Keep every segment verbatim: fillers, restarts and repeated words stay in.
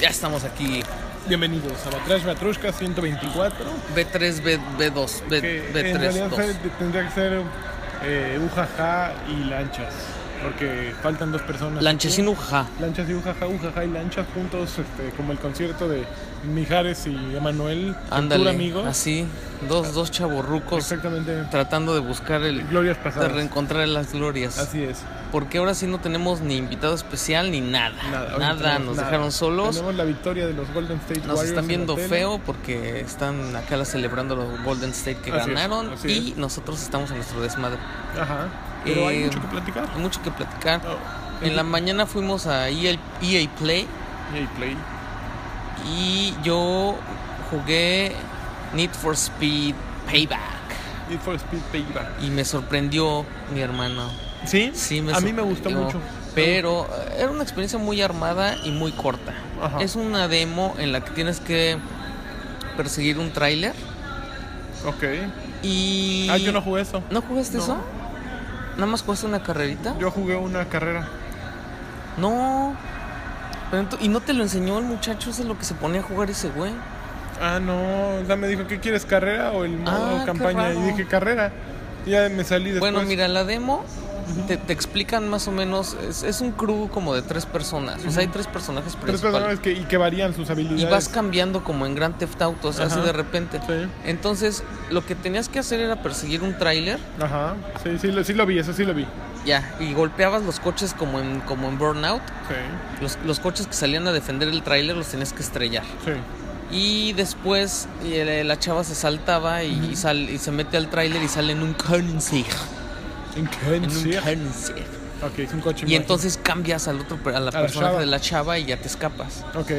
Ya estamos aquí. Bienvenidos a Batrash Batrushka ciento veinticuatro. B tres, B, B2, B, Que B3, en realidad dos. se- tendría que ser eh, Ujaja y Lanchas, porque faltan dos personas. Lanchesín Ujaja. Lanchas y Ujaja, Ujaja y Lanchas juntos, este, como el concierto de Mijares y Emanuel, Ándale, amigos. así, dos, dos chavorrucos Exactamente. tratando de buscar el... Glorias de pasadas. reencontrar las glorias. Así es. Porque ahora sí no tenemos ni invitado especial ni nada. Nada, hoy no Nada, tenemos nos nada. dejaron solos. Tenemos la victoria de los Golden State Nos Warriors. están en viendo la tele. feo porque están acá la celebrando los Golden State que Así es, ganaron así y es. nosotros estamos en nuestro desmadre. Ajá. Pero hay Eh, mucho que platicar. Hay mucho que platicar. Oh, En la mañana fuimos a E A, E A Play E A Play. y yo jugué Need for Speed Payback Need for Speed Payback. y me sorprendió mi hermano. ¿Sí? Sí, me a mí me gustó sorprendió, mucho. Pero eh, era una experiencia muy armada y muy corta. Ajá. Es una demo en la que tienes que perseguir un tráiler Ok. y... Ah, yo no jugué eso. ¿No jugaste No. eso? ¿Nada más jugaste una carrerita? Yo jugué una carrera. No. Pero ento- ¿Y no te lo enseñó el muchacho? Eso es lo que se ponía a jugar ese güey. Ah, no. Ya me dijo, ¿qué quieres, carrera o el modo Ah, qué campaña? raro. Y dije, carrera. Y ya me salí después. Bueno, mira, la demo te, te explican más o menos. Es, es un crew como de tres personas. O sea, hay tres personajes Tres principales. personas que, y que varían sus habilidades. Y vas cambiando como en Grand Theft Auto, o sea, así Ajá. de repente. Sí. Entonces, lo que tenías que hacer era perseguir un tráiler. Ajá. Sí, sí, lo- sí lo vi, eso sí lo vi. Ya, y golpeabas los coches como en, como en Burnout. Sí. Los, los coches que salían a defender el tráiler los tenías que estrellar. Sí. Y después y el- la chava se saltaba y, y sal- y se mete al tráiler y sale en un cáncer. ¿En En un qué? cáncer. Ok, es un coche Y mágico. entonces cambias al otro per- a la la persona chava. de la chava y ya te escapas. Ok.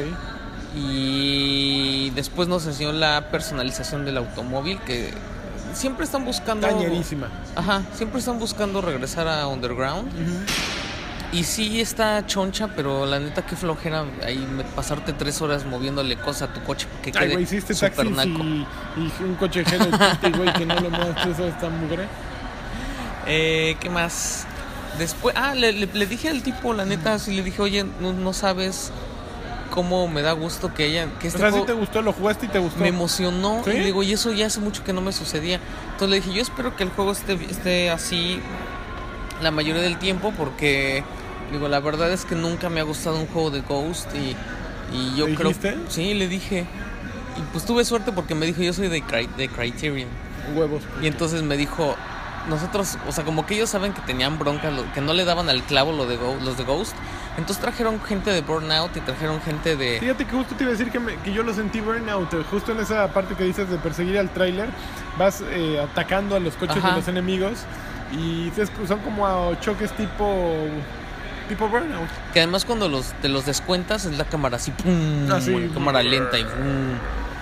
Y después nos enseñó la personalización del automóvil, que siempre están buscando... Tañerísima. Ajá, siempre están buscando regresar a Underground. Y sí está choncha, pero la neta que flojera ahí me- pasarte tres horas moviéndole cosas a tu coche porque Ay, quede güey, hiciste súper taxis naco. y, y un coche Hello Kitty, güey, que no lo muevas, eso está mugre. Eh, ¿qué más? Después, ah, le, le- le dije al tipo, la neta, sí le dije, oye, no, no sabes cómo me da gusto que haya, que O este sea, sí juego te gustó, lo jugaste y te gustó. me emocionó. ¿Sí? Y digo, y eso ya hace mucho que no me sucedía. Entonces le dije, yo espero que el juego esté, esté así la mayoría del tiempo porque, digo, la verdad es que nunca me ha gustado un juego de Ghost y, y yo ¿Le creo... dijiste? Sí, le dije. Y pues tuve suerte porque me dijo, yo soy de, Cri- de Criterion. Huevos. Y entonces me dijo, nosotros, o sea, como que ellos saben que tenían bronca, lo- que no le daban al clavo lo de Go- los de Ghost. Entonces trajeron gente de Burnout y trajeron gente de... Fíjate que justo te iba a decir que, me- que yo lo sentí burnout, eh, justo en esa parte que dices de perseguir al tráiler, vas eh, atacando a los coches Ajá. de los enemigos y es- son como a choques tipo tipo burnout. Que además cuando los te los descuentas es la cámara así, pum, Ah, sí. cámara lenta y pum.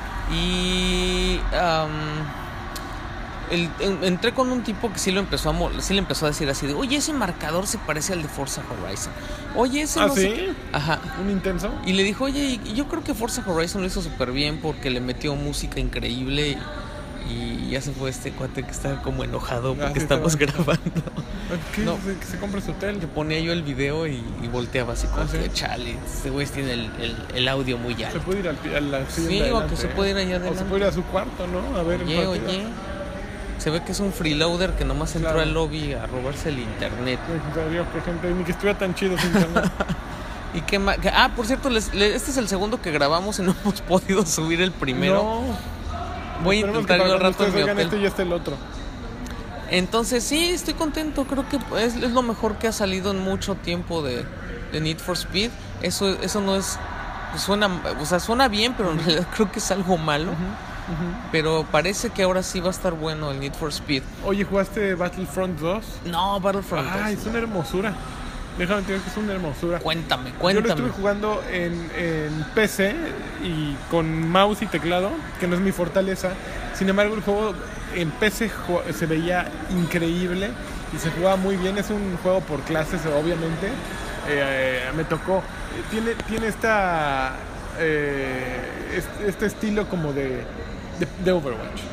Y am, el- en- entré con un tipo que sí lo empezó a mo- sí le empezó a decir así de, oye, ese marcador se parece al de Forza Horizon. Oye, ese ¿Ah, no sé sí? qué". Ajá. Un intenso. Y le dijo, oye, y yo creo que Forza Horizon lo hizo súper bien porque le metió música increíble y, y ya se fue este cuate que estaba como enojado porque Ah, sí, estamos estaba- grabando. ¿Qué? No. Se- Que se compre su hotel. Le ponía yo el video y, y volteaba así como Ah, ¿sí? que, chale, este güey tiene el, el, el audio muy Se alto. puede ir al, pi- a la Sí, silla de o adelante, que se ¿eh? puede ir allá O se adelante. puede ir a su cuarto, ¿no? A ver. Oye, un partido. oye. Se ve que es un freeloader que nomás entró Claro. al lobby a robarse el internet. En serio, por ejemplo, ni que estuviera tan chido sin internet. ¿Y qué más? Ah, por cierto, les- le- este es el segundo que grabamos y no hemos podido subir el primero. No. Voy a Esperemos intentar que yo al para rato en cuando mi ustedes oigan hotel. este y este el otro. Entonces, sí, estoy contento. Creo que es, es lo mejor que ha salido en mucho tiempo de, de Need for Speed. Eso, eso no es... Suena, o sea, suena bien, pero en realidad creo que es algo malo. Pero parece que ahora sí va a estar bueno el Need for Speed. Oye, ¿jugaste Battlefront dos? No, Battlefront. Ay, dos. es una hermosura. Déjame decir que es una hermosura. Cuéntame, Yo lo cuéntame. estuve jugando en, en P C y con mouse y teclado, que no es mi fortaleza. Sin embargo, el juego en P C ju- se veía increíble y se jugaba muy bien. Es un juego por clases, obviamente. Eh, eh, me tocó. Tiene, tiene esta, eh, este, este estilo como de, de, de Overwatch.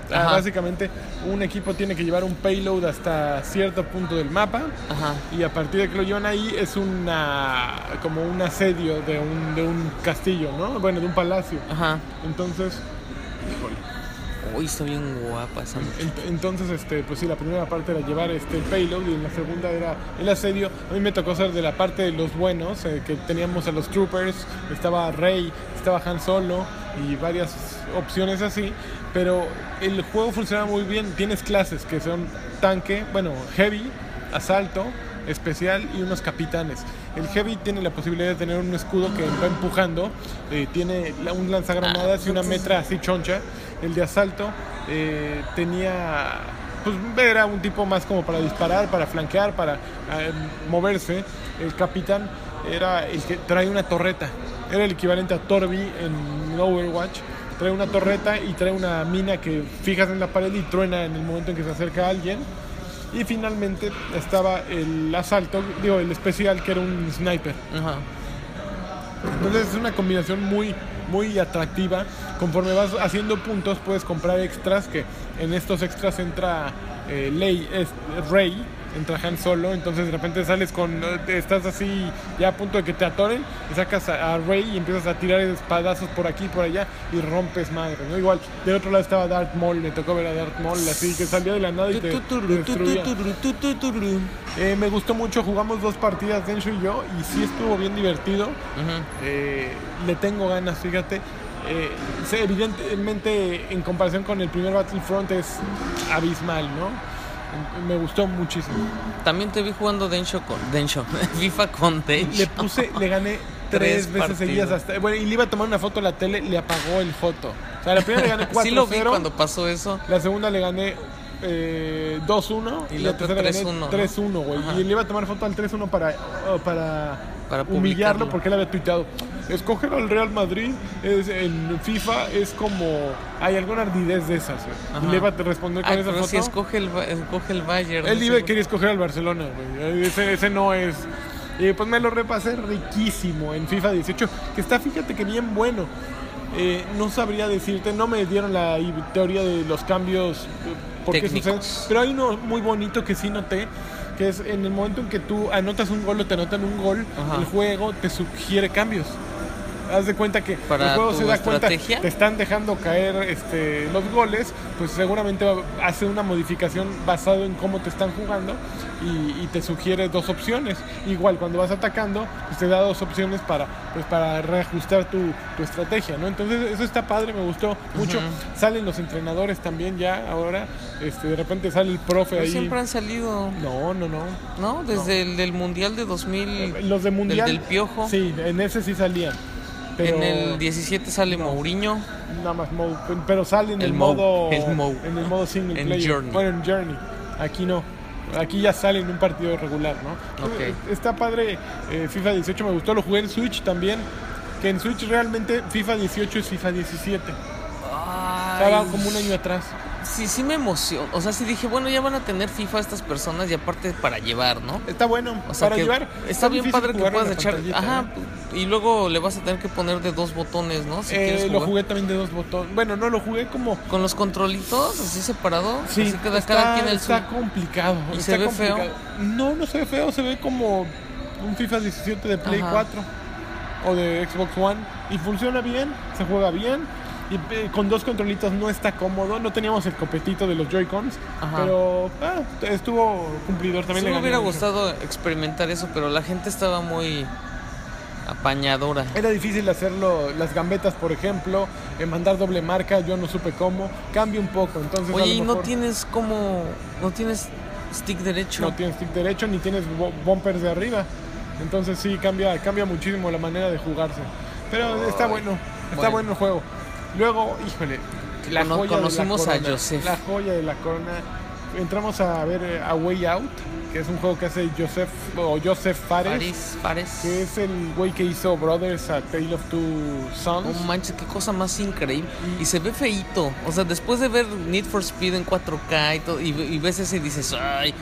Ah, básicamente, un equipo tiene que llevar un payload hasta cierto punto del mapa. Ajá. Y a partir de que lo llevan ahí es una como un asedio de un, de un castillo, ¿no? Bueno, de un palacio. Ajá. Entonces, híjole. Uy, está bien guapa esa muchacha. Entonces, este, pues sí, la primera parte era llevar este el payload y en la segunda era el asedio. A mí me tocó ser de la parte de los buenos, eh, que teníamos a los troopers, estaba Rey, estaba Han Solo y varias opciones así. Pero el juego funciona muy bien. Tienes clases que son tanque, bueno, heavy, asalto, especial y unos capitanes. El heavy tiene la posibilidad de tener un escudo que va empujando, eh, tiene un lanzagranadas ah, y una metra así choncha. El de asalto eh, tenía, pues era un tipo más como para disparar, para flanquear, para eh, moverse. El capitán era el que trae una torreta, era el equivalente a Torby en Overwatch. Trae una torreta y trae una mina que fijas en la pared y truena en el momento en que se acerca a alguien. Y finalmente estaba el asalto, digo, el especial, que era un sniper. Ajá. Entonces es una combinación muy, muy atractiva. Conforme vas haciendo puntos puedes comprar extras, que en estos extras entra eh, Ley, es, Rey, entra Han Solo. Entonces de repente sales con, estás así ya a punto de que te atoren y sacas a, a Rey y empiezas a tirar espadazos por aquí y por allá y rompes madre, ¿no? Igual del otro lado estaba Darth Maul, me tocó ver a Darth Maul así que salía de la nada y te, te destruía. Eh, me gustó mucho, jugamos dos partidas Densho y yo y sí estuvo bien divertido. Uh-huh. eh, le tengo ganas, fíjate. Eh, evidentemente en comparación con el primer Battlefront es abismal, ¿no? Me gustó muchísimo. También te vi jugando Densho con Densho, FIFA con Densho. Le puse, le gané tres, tres veces partidos. seguidas hasta, bueno, y le iba a tomar una foto a la tele, le apagó el foto. O sea, la primera le gané cuatro cero. Sí lo vi cuando pasó eso. La segunda le gané eh, dos uno y, y la tercera le gané tres uno, güey. Y le iba a tomar foto al tres uno para oh, para, para humillarlo porque él había tuiteado. Escoger al Real Madrid es, en FIFA es como hay alguna ardidez de esas, güey. Y le iba a responder con Ay, esa pero foto. Si escoge el, escoge el Bayern. Él iba, quería escoger al Barcelona, güey. Ese, ese no es. Y pues me lo repasé riquísimo en FIFA dieciocho, que está, fíjate que bien bueno. Eh, no sabría decirte, no me dieron la teoría de los cambios, por qué suceden, pero hay uno muy bonito que sí noté, que es en el momento en que tú anotas un gol o te anotan un gol, ajá, el juego te sugiere cambios. Haz de cuenta que para el juego se da estrategia? cuenta, te están dejando caer este, los goles, pues seguramente hace una modificación basado en cómo te están jugando y, y te sugiere dos opciones. Igual cuando vas atacando, pues te da dos opciones para, pues, para reajustar tu, tu estrategia, ¿no? Entonces eso está padre, me gustó mucho. Uh-huh. Salen los entrenadores también ya ahora, este, de repente sale el profe. Pero ahí. Siempre han salido. No, no, no. No, desde no. el del Mundial de dos mil. Los de Mundial. Del, del Piojo. Sí, en ese sí salían. Pero en el diecisiete sale no, Mourinho. Nada más Mou, pero sale en el, el modo el Mou. En el modo single en player. Journey. Bueno, en Journey. Aquí no. Aquí ya sale en un partido regular, ¿no? Okay. Está padre. eh, FIFA dieciocho me gustó, lo jugué en Switch también. Que en Switch realmente FIFA dieciocho es FIFA diecisiete. Estaba como un año atrás. Sí, sí me emocionó. O sea, sí dije, bueno, ya van a tener FIFA estas personas y aparte para llevar, ¿no? Está bueno, o sea, para llevar. Está bien padre que puedas echar. Ajá, ¿eh? Y luego le vas a tener que poner de dos botones, ¿no? Si eh, lo jugué también de dos botones. Bueno, no, lo jugué como. ¿Con los controlitos así separado? Sí, así queda está, cada quien el está su... complicado. ¿Y está se ve complicado. feo? No, no se ve feo, se ve como un FIFA diecisiete de Play Ajá. cuatro o de Xbox One. Y funciona bien, se juega bien. Y eh, con dos controlitos no está cómodo. No teníamos el copetito de los Joy-Cons. Ajá. Pero ah, estuvo cumplidor también. Sí, le me hubiera mucho. gustado experimentar eso, pero la gente estaba muy apañadora. Era difícil hacerlo, las gambetas, por ejemplo, eh, mandar doble marca, yo no supe cómo. Cambia un poco, entonces. Oye, ¿y no tienes como, no tienes stick derecho? No tienes stick derecho ni tienes bumpers de arriba. Entonces sí, cambia, cambia muchísimo la manera de jugarse. Pero oh, está bueno, está bueno. bueno el juego. Luego, híjole, la Cono- joya conocimos de la corona, a Joseph. La joya de la corona. Entramos a ver A Way Out, que es un juego que hace Joseph o Joseph Fares, Fares, Fares. que es el güey que hizo Brothers, A Tale of Two Sons. No manches, qué cosa más increíble. Y se ve feíto. O sea, después de ver Need for Speed en cuatro K y todo, y, y ves ese y dices, ay.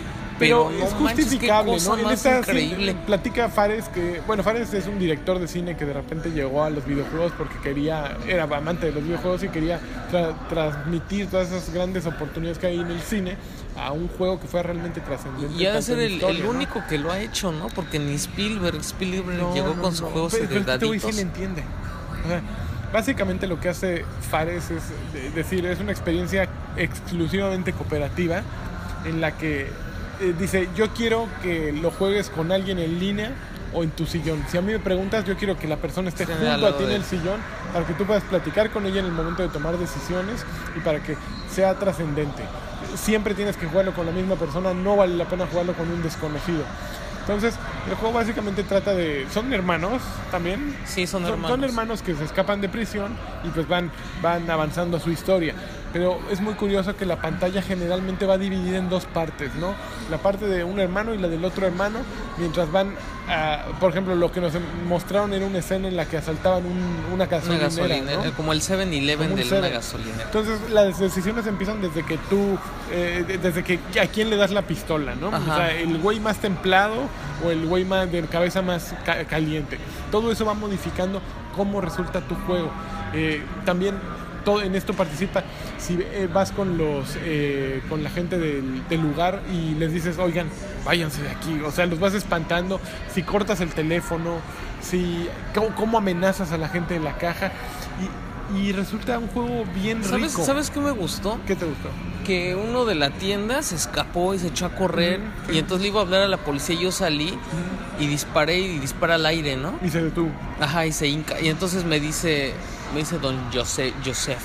Pero, pero es no manches, justificable, qué cosa ¿no? En más esta increíble. sí, platica Fares que, bueno, Fares es un director de cine que de repente llegó a los videojuegos porque quería, era amante de los videojuegos y quería tra- transmitir todas esas grandes oportunidades que hay en el cine a un juego que fue realmente trascendente. Y ha de tanto ser en el, historia, el ¿no? único que lo ha hecho, ¿no? Porque ni Spielberg, Spielberg No, llegó no, con sus no. juegos Pero, pero este güey heredaditos. sí le entiende. O sea, básicamente lo que hace Fares es de- decir, es una experiencia exclusivamente cooperativa en la que eh, dice, yo quiero que lo juegues con alguien en línea o en tu sillón. Si a mí me preguntas, yo quiero que la persona esté Esté al junto a lado ti en de el él. sillón para que tú puedas platicar con ella en el momento de tomar decisiones y para que sea trascendente. Siempre tienes que jugarlo con la misma persona, no vale la pena jugarlo con un desconocido. Entonces, el juego básicamente trata de... Son hermanos también. Sí, son Son, hermanos. son hermanos que se escapan de prisión y pues van, van avanzando su historia. Pero es muy curioso que la pantalla generalmente va dividida en dos partes, ¿no? La parte de un hermano y la del otro hermano, mientras van a... Por ejemplo, lo que nos mostraron era una escena en la que asaltaban un, una Una gasolinera, gasolinera, ¿no? como el seven eleven Como un de Seven. una gasolinera. Entonces las decisiones empiezan desde que tú, eh, de- desde que a quién le das la pistola, ¿no? Ajá. O sea, el güey más templado o el güey más de cabeza más ca- caliente. Todo eso va modificando cómo resulta tu juego. Eh, también todo en esto participa si eh, vas con los eh, con la gente del, del lugar y les dices, oigan, váyanse de aquí, o sea, los vas espantando, si cortas el teléfono, si cómo, cómo amenazas a la gente en la caja y, y resulta un juego bien ¿Sabes, rico. ¿Sabes qué me gustó? ¿Qué te gustó? Que uno de la tienda se escapó y se echó a correr. Ujú. Y entonces le iba a hablar a la policía y yo salí y disparé y dispara al aire, ¿no? Y se detuvo. Ajá, y se hinca. Y entonces me dice, me dice don Joseph, Joseph.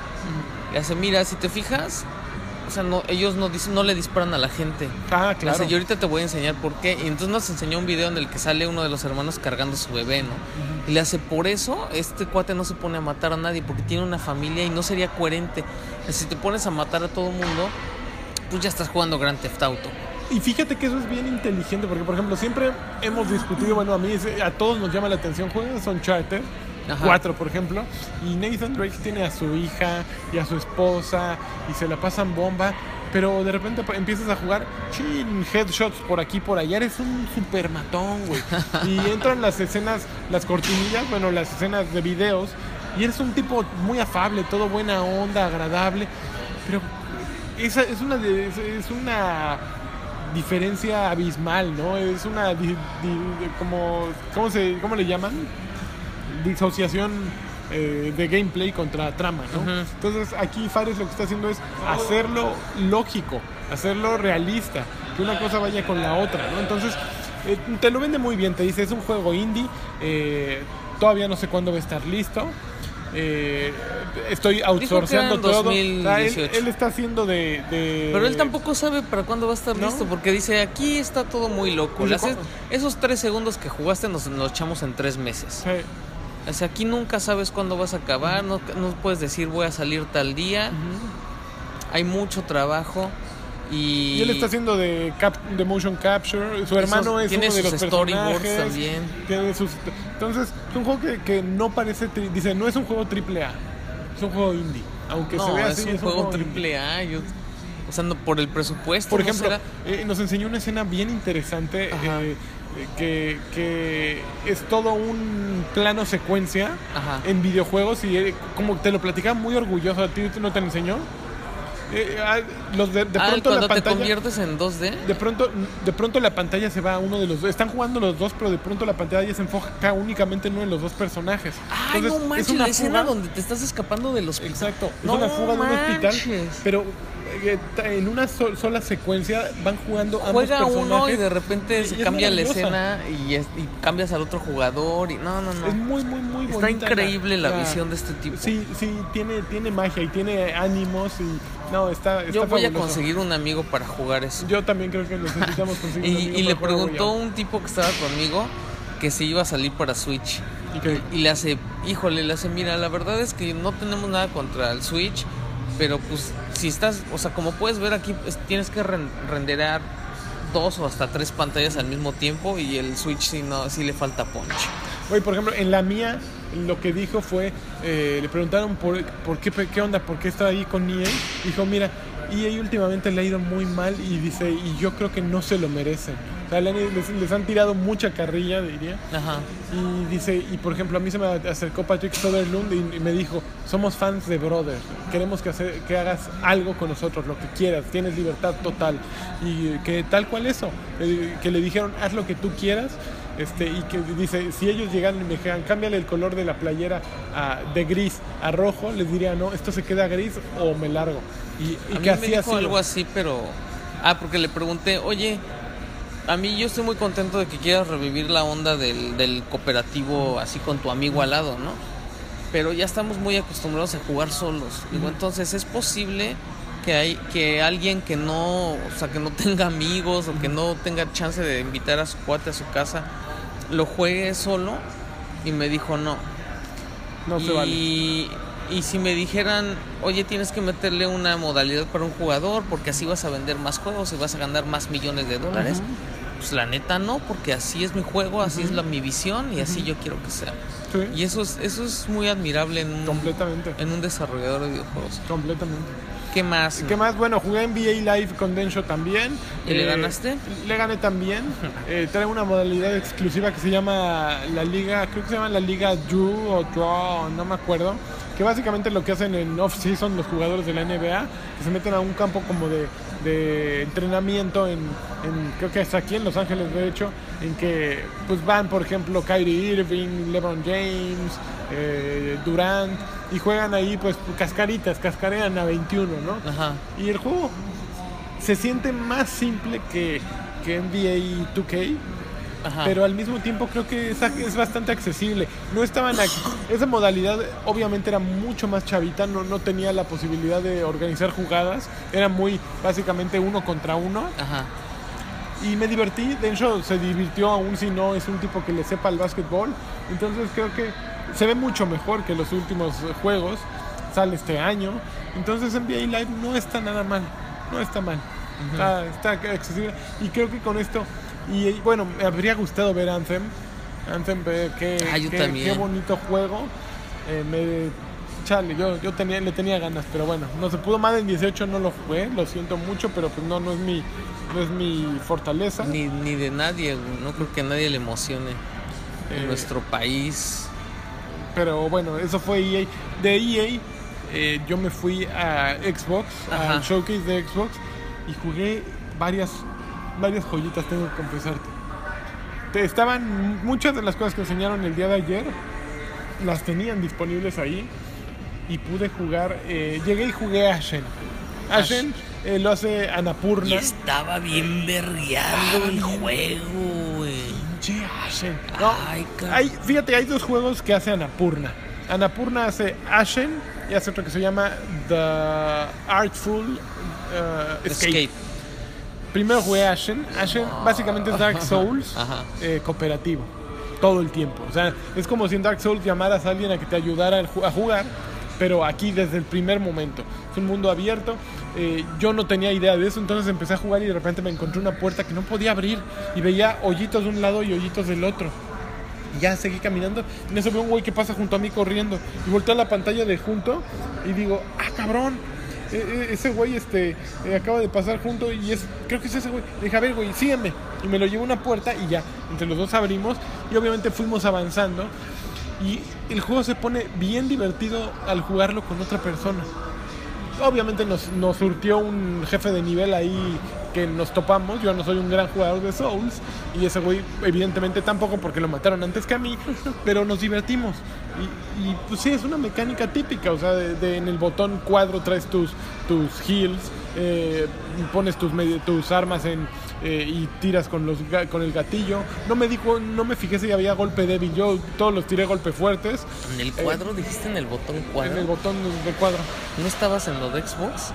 Y hace, mira, si te fijas, o sea, no, ellos no dicen, no le disparan a la gente. Ah, La claro. señorita te voy a enseñar por qué. Y entonces nos enseñó un video en el que sale uno de los hermanos cargando a su bebé, ¿no? Y le hace, por eso este cuate no se pone a matar a nadie, porque tiene una familia y no sería coherente. Si te pones a matar a todo mundo, pues ya estás jugando Grand Theft Auto. Y fíjate que eso es bien inteligente, porque por ejemplo, siempre hemos discutido, bueno, a mí es- a todos nos llama la atención, juegos Uncharted Ajá. cuatro, por ejemplo, y Nathan Drake tiene a su hija y a su esposa y se la pasan bomba, pero de repente pues, empiezas a jugar, chin, headshots por aquí, por allá, eres un super matón, güey. Y entran las escenas, las cortinillas, bueno, las escenas de videos, y eres un tipo muy afable, todo buena onda, agradable, pero esa es una de- es, es una diferencia abismal, ¿no? Es una di- di- como ¿cómo se cómo le llaman? Disociación eh, de gameplay contra trama, ¿no? Ujú. Entonces aquí Fares lo que está haciendo es hacerlo lógico, hacerlo realista, que una cosa vaya con la otra, ¿no? Entonces eh, te lo vende muy bien, te dice es un juego indie, eh, todavía no sé cuándo va a estar listo. Eh, estoy outsourceando Dijo que era en todo. O sea, él, dos mil dieciocho. él está haciendo de, de- Pero él tampoco sabe para cuándo va a estar ¿No? listo, porque dice, aquí está todo muy loco. Dice, Las- ¿cómo? esos tres segundos que jugaste nos los echamos en tres meses. Sí. O sea, aquí nunca sabes cuándo vas a acabar, no, no puedes decir voy a salir tal día. Hay mucho trabajo y... Y él está haciendo de, cap, de motion capture. Su hermano es tiene uno de sus los storyboards personajes. también. Tiene sus, entonces, es un juego que, que no parece. tri- Dice, no es un juego triple A. Es un juego indie. Aunque se No, vea es así, un es juego indie. triple A. Yo, o sea, no, por el presupuesto. Por ¿no ejemplo, será? eh, nos enseñó una escena bien interesante. Ajá. eh, que, que es todo un plano secuencia Ajá. en videojuegos. Y eh, como te lo platicaba muy orgulloso. ¿A ti no te lo enseñó? Eh, ah, los de, de ah, pronto cuando la te pantalla. conviertes en dos D. De pronto, de pronto la pantalla se va a uno de los dos. Están jugando los dos, pero de pronto la pantalla se enfoca únicamente en uno de los dos personajes. Ay, Entonces, no manches, es una la escena fuga. donde te estás escapando del hospital. Exacto, es No una fuga de un hospital. manches. Pero eh, en una so- sola secuencia van jugando ambos Juega uno y personajes. de repente Y se es cambia la maravillosa. escena y, es- y cambias al otro jugador y no, no, no. Es muy, muy, muy Está bonita. increíble la visión de este tipo. Sí, sí, tiene, tiene magia y tiene ánimos y no, está, está Yo voy a fabuloso. conseguir un amigo para jugar eso. Yo también creo que necesitamos conseguir Y, un amigo y le para jugar preguntó Royal. un tipo que estaba conmigo que si iba a salir para Switch. ¿Y qué dijo? Y le hace, híjole, le hace, mira, la verdad es que no tenemos nada contra el Switch, pero pues si estás, o sea, como puedes ver aquí, es- tienes que ren- renderear dos o hasta tres pantallas al mismo tiempo y el Switch sí, no, sí le falta punch. Oye, por ejemplo, en la mía, lo que dijo fue, eh, le preguntaron por, por qué, qué onda, por qué estaba ahí con E A. Dijo, mira, E A últimamente le ha ido muy mal y dice, y yo creo que no se lo merecen. O sea, les, les han tirado mucha carrilla, diría. Ajá. Y dice, y por ejemplo, a mí se me acercó Patrick Soderlund y, y me dijo, somos fans de Brother, queremos que, hacer, que hagas algo con nosotros, lo que quieras, tienes libertad total. Y que tal cual eso, eh, que le dijeron, haz lo que tú quieras. Este, y que dice, si ellos llegan y me dijeran, cámbiale el color de la playera a, de gris a rojo, les diría, no, esto se queda gris o me largo. Y, y a que mí me así dijo ha algo así, pero... Ah, porque le pregunté, oye, a mí yo estoy muy contento de que quieras revivir la onda del, del cooperativo así con tu amigo al lado, ¿no? Pero ya estamos muy acostumbrados a jugar solos. Digo, entonces es posible que hay que alguien que no, o sea, que no tenga amigos o que no tenga chance de invitar a su cuate a su casa, lo juegue solo. Y me dijo no. No se y, vale. Y si me dijeran, oye, tienes que meterle una modalidad para un jugador porque así vas a vender más juegos y vas a ganar más millones de dólares, uh-huh. Pues la neta no, porque así es mi juego, así uh-huh. es la, mi visión y uh-huh. así yo quiero que sea. Sí. Y eso es, eso es muy admirable en un, Completamente. en un desarrollador de videojuegos. Completamente. ¿Qué más? ¿Qué más? Bueno, jugué en V A Live con Densho también. ¿Y eh, le ganaste? Le gané también. eh, trae una modalidad exclusiva que se llama la Liga, creo que se llama la Liga Drew o Draw, no me acuerdo. Que básicamente lo que hacen en off-season los jugadores de la N B A, que se meten a un campo como de, de entrenamiento en, en, creo que es aquí en Los Ángeles, de hecho, en que pues van, por ejemplo, Kyrie Irving, LeBron James, eh, Durant, y juegan ahí pues cascaritas, cascarean a veintiuno, ¿no? Ajá. Y el juego se siente más simple que, que N B A dos K. Ajá. Pero al mismo tiempo creo que es, es bastante accesible. No estaban aquí. Esa modalidad obviamente era mucho más chavita, no, no tenía la posibilidad de organizar jugadas. Era muy básicamente uno contra uno. Ajá. Y me divertí. Densho se divirtió aún si no es un tipo que le sepa el básquetbol. Entonces creo que se ve mucho mejor que los últimos juegos. Sale este año. Entonces N B A Live no está nada mal. No está mal. Uh-huh. Está, está accesible. Y creo que con esto... Y bueno, me habría gustado ver Anthem. Anthem, qué, ah, qué, qué bonito juego. Eh, me, chale, yo, yo tenía, le tenía ganas, pero bueno, no se pudo. Madden dieciocho no lo jugué, lo siento mucho, pero pues no, no es mi, no es mi fortaleza. Ni, ni de nadie, no creo que a nadie le emocione en eh, nuestro país. Pero bueno, eso fue E A. De E A, eh, yo me fui a Xbox, Ajá. al showcase de Xbox, y jugué varias. varias joyitas, tengo que confesarte. Estaban muchas de las cosas que enseñaron el día de ayer, las tenían disponibles ahí y pude jugar. Eh, llegué y jugué a Ashen. Ashen eh, lo hace Annapurna. Y estaba bien vergueado el juego, güey. Pinche Ashen. No, Ay, hay, fíjate, hay dos juegos que hace Annapurna. Annapurna hace Ashen y hace otro que se llama The Artful uh, Escape. Escape. Primero jugué Ashen. Ashen básicamente es Dark Souls eh, cooperativo. Todo el tiempo. O sea, es como si en Dark Souls llamaras a alguien a que te ayudara a jugar, pero aquí desde el primer momento. Es un mundo abierto. Eh, yo no tenía idea de eso, entonces empecé a jugar y de repente me encontré una puerta que no podía abrir y veía hoyitos de un lado y hoyitos del otro. Y ya seguí caminando. En eso veo un güey que pasa junto a mí corriendo y volteo a la pantalla de junto y digo, ah, cabrón. Ese güey este, eh, acaba de pasar junto y es, creo que es ese güey. Le dije, a ver, güey, sígueme. Y me lo llevo a una puerta y ya, entre los dos abrimos y obviamente fuimos avanzando. Y el juego se pone bien divertido al jugarlo con otra persona. Obviamente nos, nos surtió un jefe de nivel ahí que nos topamos. Yo no soy un gran jugador de Souls y ese güey evidentemente tampoco porque lo mataron antes que a mí, pero nos divertimos. Y, y pues sí, es una mecánica típica, o sea, de, de en el botón cuadro traes tus, tus heals, eh, pones tus, tus armas en, eh, y tiras con, los, con el gatillo. No me, dijo, no me fijé si había golpe débil, yo todos los tiré golpe fuertes. ¿En el cuadro? Eh, ¿Dijiste en el botón cuadro? En el botón de cuadro. ¿No estabas en lo de Xbox?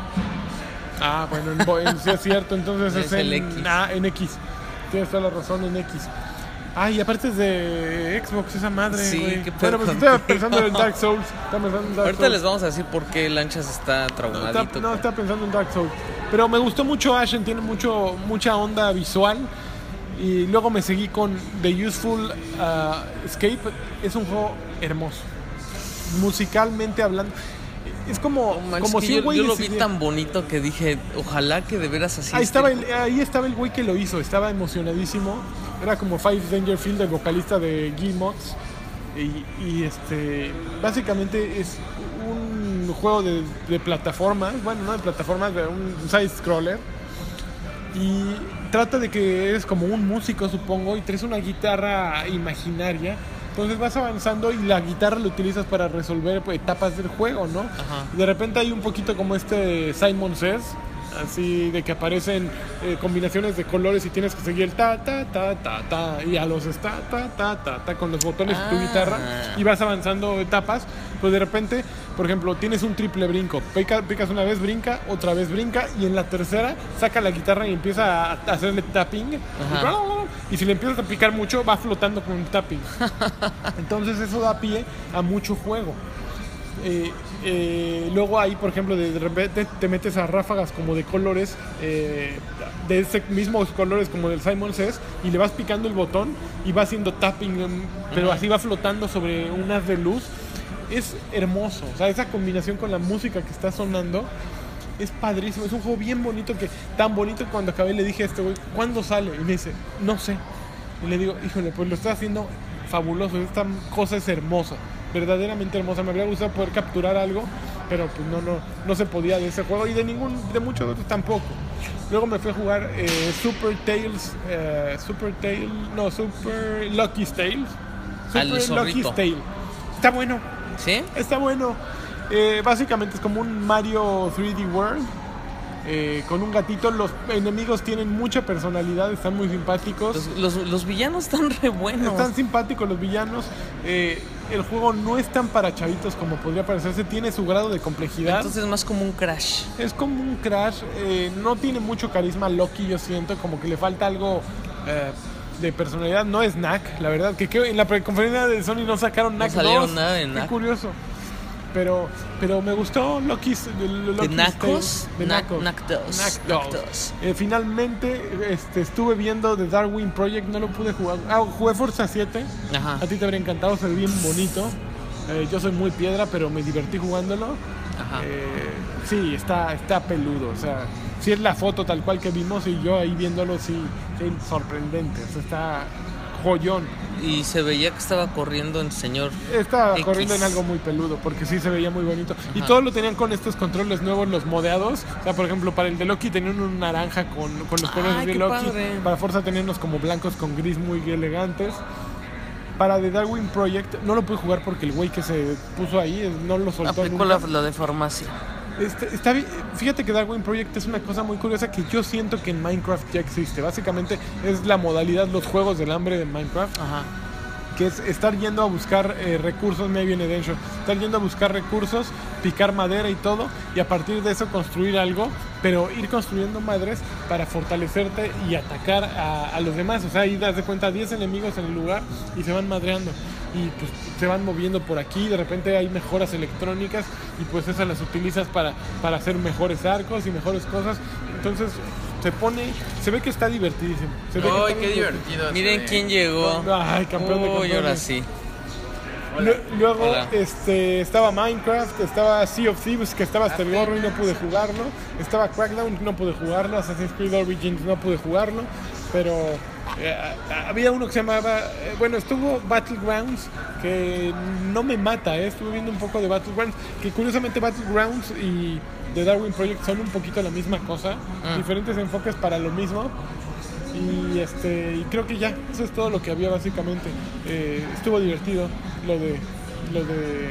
Ah, bueno, en, en, sí es cierto, entonces es, es en, X. Ah, en X. Tienes toda la razón, en X. Ay, aparte es de Xbox esa madre, sí, güey. Qué bueno, pues estaba pensando en Dark Souls. Estaba pensando en Dark Ahorita Souls. Les vamos a decir por qué Lanchas está traumadito. No, está, no, estaba pensando en Dark Souls. Pero me gustó mucho Ashen, tiene mucho, mucha onda visual. Y luego me seguí con The Useful uh, Escape. Es un juego hermoso. Musicalmente hablando. es como, No manches, como que si yo, un güey yo lo vi decidiera- tan bonito que dije, ojalá que de veras así Ahí esté. estaba, el, ahí estaba el güey que lo hizo, estaba emocionadísimo. Era como Five Dangerfield, el vocalista de Guillemots. Y, y este, básicamente es un juego de, de plataformas, bueno, no de plataformas, de un side-scroller. Y trata de que eres como un músico, supongo, y traes una guitarra imaginaria. Entonces vas avanzando y la guitarra la utilizas para resolver pues, etapas del juego, ¿no? Ajá. De repente hay un poquito como este Simon Says, así de que aparecen eh, combinaciones de colores y tienes que seguir el ta, ta, ta, ta, ta, y a los ta, ta, ta, ta, ta, con los botones de tu Ah. guitarra, y vas avanzando etapas. Pues de repente, por ejemplo, tienes un triple brinco, Pica- picas una vez, brinca, otra vez brinca, y en la tercera saca la guitarra y empieza a hacerle tapping. Ajá. Y si le empiezas a picar mucho, va flotando con el tapping. Entonces eso da pie a mucho juego. Eh, eh, luego ahí, por ejemplo, de, de repente te metes a ráfagas como de colores, eh, de ese mismos colores como del Simon Says, y le vas picando el botón y va haciendo tapping, em, pero Ujú. así va flotando sobre un haz de luz. Es hermoso, o sea, esa combinación con la música que está sonando es padrísimo. Es un juego bien bonito, que tan bonito que cuando acabé le dije a este güey, ¿cuándo sale? Y me dice, no sé. Y le digo, híjole, pues lo estás haciendo fabuloso, esta cosa es hermosa, verdaderamente hermosa. Me habría gustado poder capturar algo, pero pues no, no, no se podía de ese juego y de ningún, de muchos otros tampoco. Luego me fui a jugar eh, Super Tales, eh, Super Tale, no, Super Lucky's Tales. Al Super zorrito. Lucky's Tale. Está bueno, ¿Sí? está bueno. Eh, básicamente es como un Mario tres D World. Eh, con un gatito. Los enemigos tienen mucha personalidad, están muy simpáticos. Los, los, los villanos están re buenos. Están simpáticos los villanos. Eh, el juego no es tan para chavitos como podría parecerse. Tiene su grado de complejidad. Entonces es más como un Crash. Es como un Crash. Eh, no tiene mucho carisma Loki, yo siento. Como que le falta algo eh, de personalidad. No es Knack, la verdad. Que, que en la conferencia de Sony no sacaron Knack salieron dos. nada de Qué Knack. curioso. Pero, pero me gustó Loki's, ¿De Loki's Nacos? Tale, de Knack- Knuckles. Knack dos. Knack Knack dos. dos. Eh, finalmente este, estuve viendo The Darwin Project, no lo pude jugar. Ah, jugué Forza siete. Ajá. A ti te habría encantado, se ve bien bonito. Eh, yo soy muy piedra, pero me divertí jugándolo. Ajá. Eh, sí, está, está peludo. O sea, sí es la foto tal cual que vimos y yo ahí viéndolo, sí, sí sorprendente. O sea, está joyón. Y se veía que estaba corriendo en señor. Estaba X. corriendo en algo muy peludo porque sí se veía muy bonito. Y Ajá. todo lo tenían con estos controles nuevos, los modeados. O sea, por ejemplo, para el de Loki tenían un naranja con, con los colores Ay, de qué Loki. padre. Para Forza tenían unos como blancos con gris muy elegantes. Para The Darwin Project no lo pude jugar porque el güey que se puso ahí eh, no lo soltó Aplicó nunca. la, la de farmacia. Este, está bien. Fíjate que Darwin Project es una cosa muy curiosa que yo siento que en Minecraft ya existe. Básicamente es la modalidad, los juegos del hambre de Minecraft, Ajá. que es estar yendo a buscar eh, recursos, me viene dentro, estar yendo a buscar recursos, picar madera y todo, y a partir de eso construir algo, pero ir construyendo madres para fortalecerte y atacar a, a los demás. O sea, ahí das de cuenta diez enemigos en el lugar y se van madreando. Y pues se van moviendo por aquí, de repente hay mejoras electrónicas y pues esas las utilizas para, para hacer mejores arcos y mejores cosas. Entonces se pone, se ve que está divertidísimo. Se ve que ¡Ay, está qué muy divertido! se Miren ve. quién llegó. Ay, campeón de Uy, campeones. ahora sí. Lu- Luego Hola. este, estaba Minecraft, estaba Sea of Thieves, que estaba hasta el gorro y no pude jugarlo. Estaba Crackdown, no pude jugarlo. Assassin's Creed Origins, no pude jugarlo. Pero eh, a- había uno que se llamaba, eh, bueno, estuvo Battlegrounds, que no me mata, eh. Estuve viendo un poco de Battlegrounds, que curiosamente Battlegrounds y The Darwin Project son un poquito la misma cosa, Ah. diferentes enfoques para lo mismo. Y este y creo que ya, eso es todo lo que había básicamente. Eh, estuvo divertido lo de lo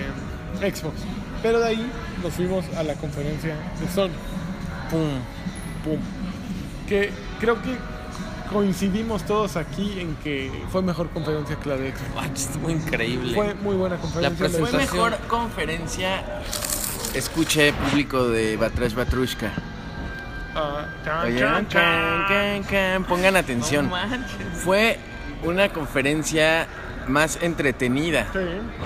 de Xbox. Pero de ahí nos fuimos a la conferencia de Sony. Pum. Pum. Que creo que coincidimos todos aquí en que fue mejor conferencia que la de Xbox. Ay, estuvo increíble. Fue muy buena conferencia. La la de Fue Sony. presentación. mejor conferencia. Escuché público de Batrash Batrushka. Ah, chan, Oye, chan, can, can, can, pongan atención. No manches. Fue una conferencia más entretenida Sí,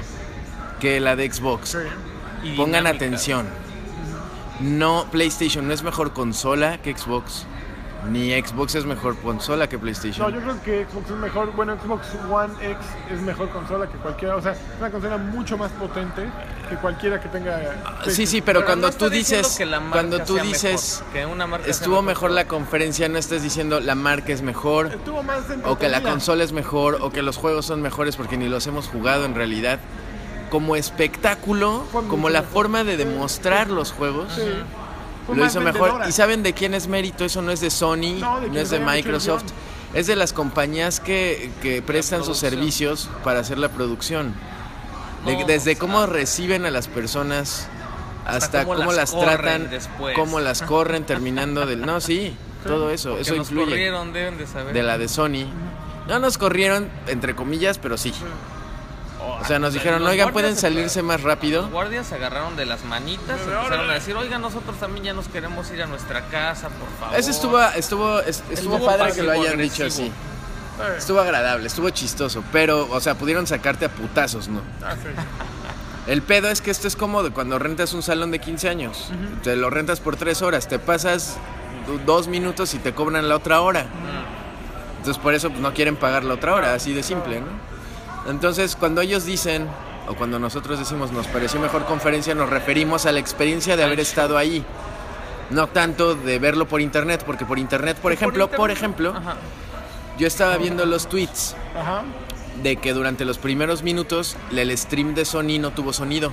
que la de Xbox. sí. Y Pongan dinámica. atención. No, PlayStation no es mejor consola que Xbox. Ni Xbox es mejor consola que No, PlayStation. yo creo que Xbox es mejor. Bueno, Xbox One X es mejor consola que cualquiera. O sea, es una consola mucho más potente que cualquiera que tenga. Sí, sí, pero, Pero cuando no tú está diciendo dices, que la marca cuando tú sea dices, mejor, que una marca sea estuvo mejor mejor. la conferencia, no estás diciendo la marca es mejor, Estuvo más o que la entretenida. consola es mejor, o que los juegos son mejores porque ni los hemos jugado en realidad. Como espectáculo, Fue mucho como la mejor. forma de demostrar los juegos, Sí. Fue lo más hizo mejor. vendedora. ¿Y saben de quién es mérito? Eso no es de Sony, No, de no quien es de haya hecho el Microsoft, guión. es de las compañías que, que prestan sus producción. servicios para hacer la producción. De- No, desde o sea, cómo reciben a las personas hasta cómo cómo, las las corren tratan, después. cómo las corren terminando del... No, sí, todo eso, Que eso nos influye. corrieron, deben de saber. De la de Sony. No nos corrieron, entre comillas, pero sí. Oh, O sea, nos dijeron, los oigan, guardias ¿pueden se- salirse más rápido? Los guardias se agarraron de las manitas, Pero empezaron ahora- a decir, oigan, nosotros también ya nos queremos ir a nuestra casa, por favor. Eso estuvo, estuvo, es- estuvo, Estuvo padre que lo hayan pasivo-agresivo. dicho así. Eh, Estuvo agradable, estuvo chistoso, pero, o sea, pudieron sacarte a putazos, ¿no? ah, sí. El pedo es que esto es como de cuando rentas un salón de quince años. Te lo rentas por tres horas, te pasas do- dos minutos y te cobran la otra hora. Entonces por eso pues, no quieren pagar la otra hora, así de simple, ¿no? Entonces cuando ellos dicen, o cuando nosotros decimos nos pareció mejor conferencia, nos referimos a la experiencia de haber estado ahí. No tanto de verlo por internet, porque por internet, por ejemplo, por ejemplo, Ajá. yo estaba viendo los tweets Ajá. de que durante los primeros minutos el stream de Sony no tuvo sonido.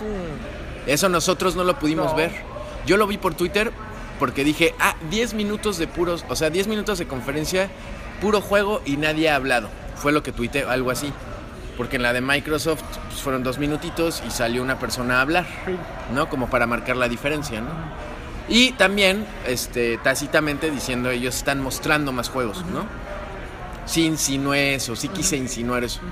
Eso nosotros no lo pudimos No. ver. Yo lo vi por Twitter porque dije, ah, diez minutos de puros, o sea, diez minutos de conferencia, puro juego y nadie ha hablado. Fue lo que tuiteé, algo así. Porque en la de Microsoft pues, fueron dos minutitos y salió una persona a hablar, Sí. ¿no? Como para marcar la diferencia, ¿no? Y también, este, tácitamente diciendo, ellos están mostrando más juegos, ¿no? Sí insinué eso, sí quise insinuar eso.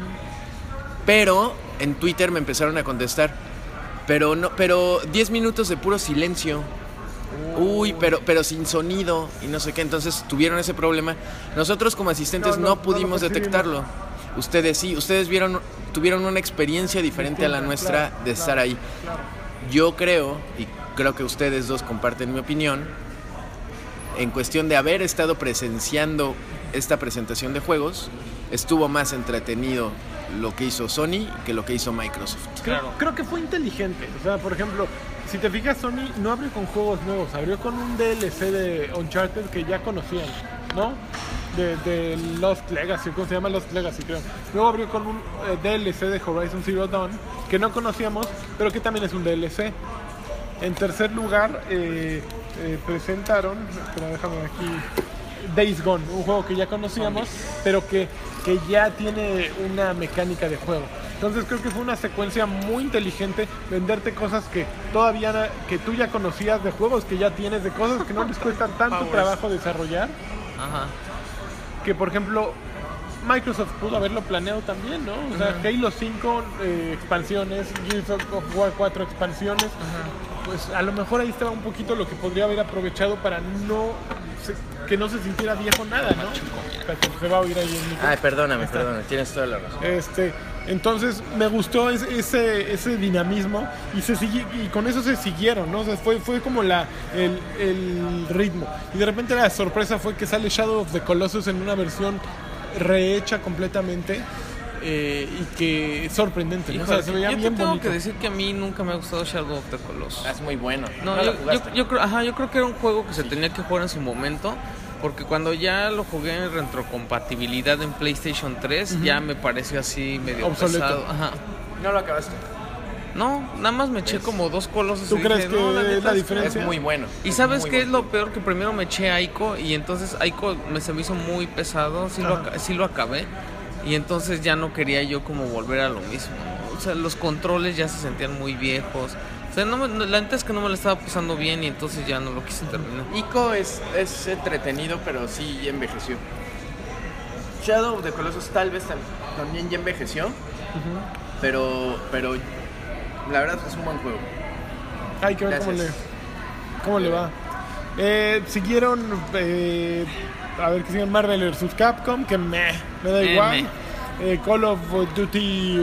Pero en Twitter me empezaron a contestar, pero no, pero diez minutos de puro silencio. Uy, pero pero sin sonido y no sé qué, entonces tuvieron ese problema. Nosotros como asistentes No, no, no, no pudimos lo percibimos. detectarlo. Ustedes sí, ustedes vieron tuvieron una experiencia diferente a la Distinta, nuestra claro, de estar claro, ahí. claro. Yo creo, y creo que ustedes dos comparten mi opinión, en cuestión de haber estado presenciando esta presentación de juegos, estuvo más entretenido lo que hizo Sony que lo que hizo Microsoft. Creo, Claro. creo que fue inteligente. O sea, por ejemplo, si te fijas, Sony no abrió con juegos nuevos, abrió con un D L C de Uncharted que ya conocían, ¿no? De, de Lost Legacy, ¿cómo se llama? Lost Legacy, creo. Luego abrió con un eh, D L C de Horizon Zero Dawn que no conocíamos, pero que también es un D L C. En tercer lugar, eh, eh, presentaron, espera, déjame aquí, Days Gone, un juego que ya conocíamos, pero que, que ya tiene una mecánica de juego. Entonces creo que fue una secuencia muy inteligente, venderte cosas que todavía, na- que tú ya conocías, de juegos que ya tienes, de cosas que no les cuesta tanto Powers. trabajo desarrollar, Ajá. que por ejemplo Microsoft pudo haberlo planeado también, ¿no? O sea, Halo cinco eh, expansiones, Gears of War cuatro expansiones, pues a lo mejor ahí estaba un poquito lo que podría haber aprovechado para no se- que no se sintiera viejo nada, ¿no? Espérate, se va a oír ahí el micro. Ay, perdóname, perdóname, tienes toda la razón. Este, entonces me gustó ese, ese, ese dinamismo y se sigue, y con eso se siguieron, ¿no? O sea, fue, fue como la, el, el ritmo. Y de repente la sorpresa fue que sale Shadow of the Colossus en una versión rehecha completamente eh, y que es sorprendente, ¿no? O sea, Híjole, se veía yo te bien tengo bonito. que decir que a mí nunca me ha gustado Shadow of the Colossus. Es muy bueno. No, ¿No yo, lo jugaste? yo- yo creo, ajá, yo creo que era un juego que se tenía que jugar en su momento, porque cuando ya lo jugué en retrocompatibilidad en PlayStation tres, ya me pareció así medio Obsoleto. pesado. Ajá. No lo acabaste. No, nada más me eché como dos colosos. ¿Tú y crees dije, que no, es neta la que- diferencia? Es muy bueno. ¿Y sabes Muy qué es bueno. lo peor? Que primero me eché Aiko y entonces Aiko me, se me hizo muy pesado, sí lo, Ajá. aca- sí lo acabé y entonces ya no quería yo como volver a lo mismo, ¿no? O sea, los controles ya se sentían muy viejos. O sea, no me- no- la neta es que no me lo estaba pasando bien y entonces ya no lo quise terminar. Ico es, es entretenido, pero sí envejeció. Shadow of the Colossus tal vez tam- también ya envejeció, pero, pero la verdad es que es un buen juego. Hay que ver cómo le, Gracias. cómo le va. Eh, siguieron, eh, a ver, que siguen Marvel versus Capcom, que meh, me da Eh, igual. meh. Eh, Call of Duty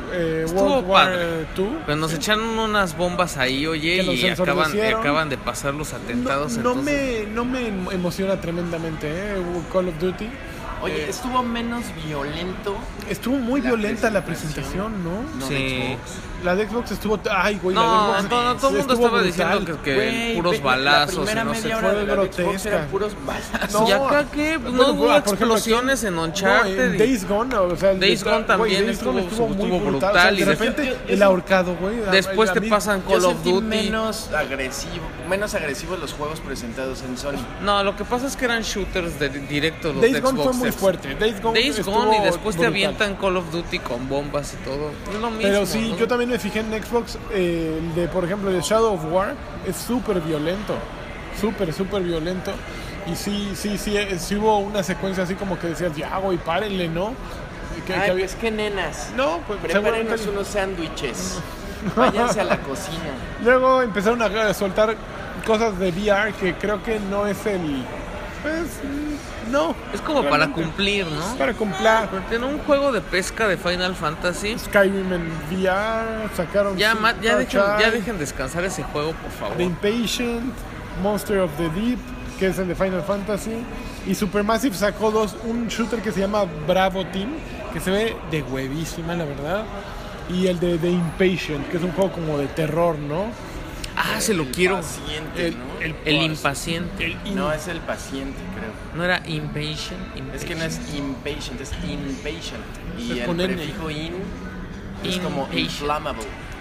eh, Estuvo World War padre. dos. Pero nos echaron unas bombas ahí, oye, Que nos y acaban, ensordecieron. acaban de pasar los atentados. No, no entonces... me, no me emociona tremendamente, ¿eh? Call of Duty. Oye, Eh, estuvo menos violento. Estuvo muy La violenta la presentación. presentación, ¿no? No, Sí. de Xbox. La de Xbox estuvo. Ay, güey, la de No, Xbox todo, todo el mundo estuvo estaba brutal. diciendo que, que Güey, puros ve- balazos La primera y no sé media fue hora de la de Xbox grotesca. eran puros balazos. No, ¿Y acá qué? Pues bueno, no hubo ah, por ejemplo, explosiones aquí- en No, Uncharted. en y- Days Gone, o sea, el Days de- Gone también güey, Days Gone estuvo- muy estuvo brutal. brutal, O y sea, de después- repente yo- yo- el ahorcado, güey. a- Después a te mí- pasan Yo Call of sentí Duty. menos agresivo, menos agresivos los juegos presentados en Sony. No, lo que pasa es que eran shooters de, directos los Days de Gone Xbox. fue muy fuerte. Days Gone, Days estuvo Gone y después te brutal. avientan Call of Duty con bombas y todo. Es lo mismo. Pero sí, ¿no? yo también me fijé en Xbox, eh, el de, por ejemplo, el Shadow of War es súper violento, súper, súper violento. Y sí, sí, sí, eh, sí hubo una secuencia así como que decías, ya, güey, párenle, ¿no? Que, Ay, que había- pues qué nenas. No, pues Prepárenos seguramente- unos sándwiches. Váyanse a la cocina. Luego empezaron a soltar cosas de V R que creo que no es el... Pues, mm, no. Es como para realmente. cumplir, ¿no? Para cumplir. Tiene un juego de pesca de Final Fantasy. Skyrim en V R, sacaron... Ya, ma- ya, dejen, Child, ya dejen descansar ese juego, por favor. The Impatient, Monster of the Deep, que es el de Final Fantasy, y Supermassive sacó dos, un shooter que se llama Bravo Team, que se ve de huevísima, la verdad, y el de The Impatient, que es un juego como de terror, ¿no? Ah, se lo quiero. Paciente, El, ¿no? el, El impaciente. el in- No, es el paciente, creo. No era impatient. Es que no es impatient, es impatient. Y Es el con N. prefijo in es como Impatient. inflammable.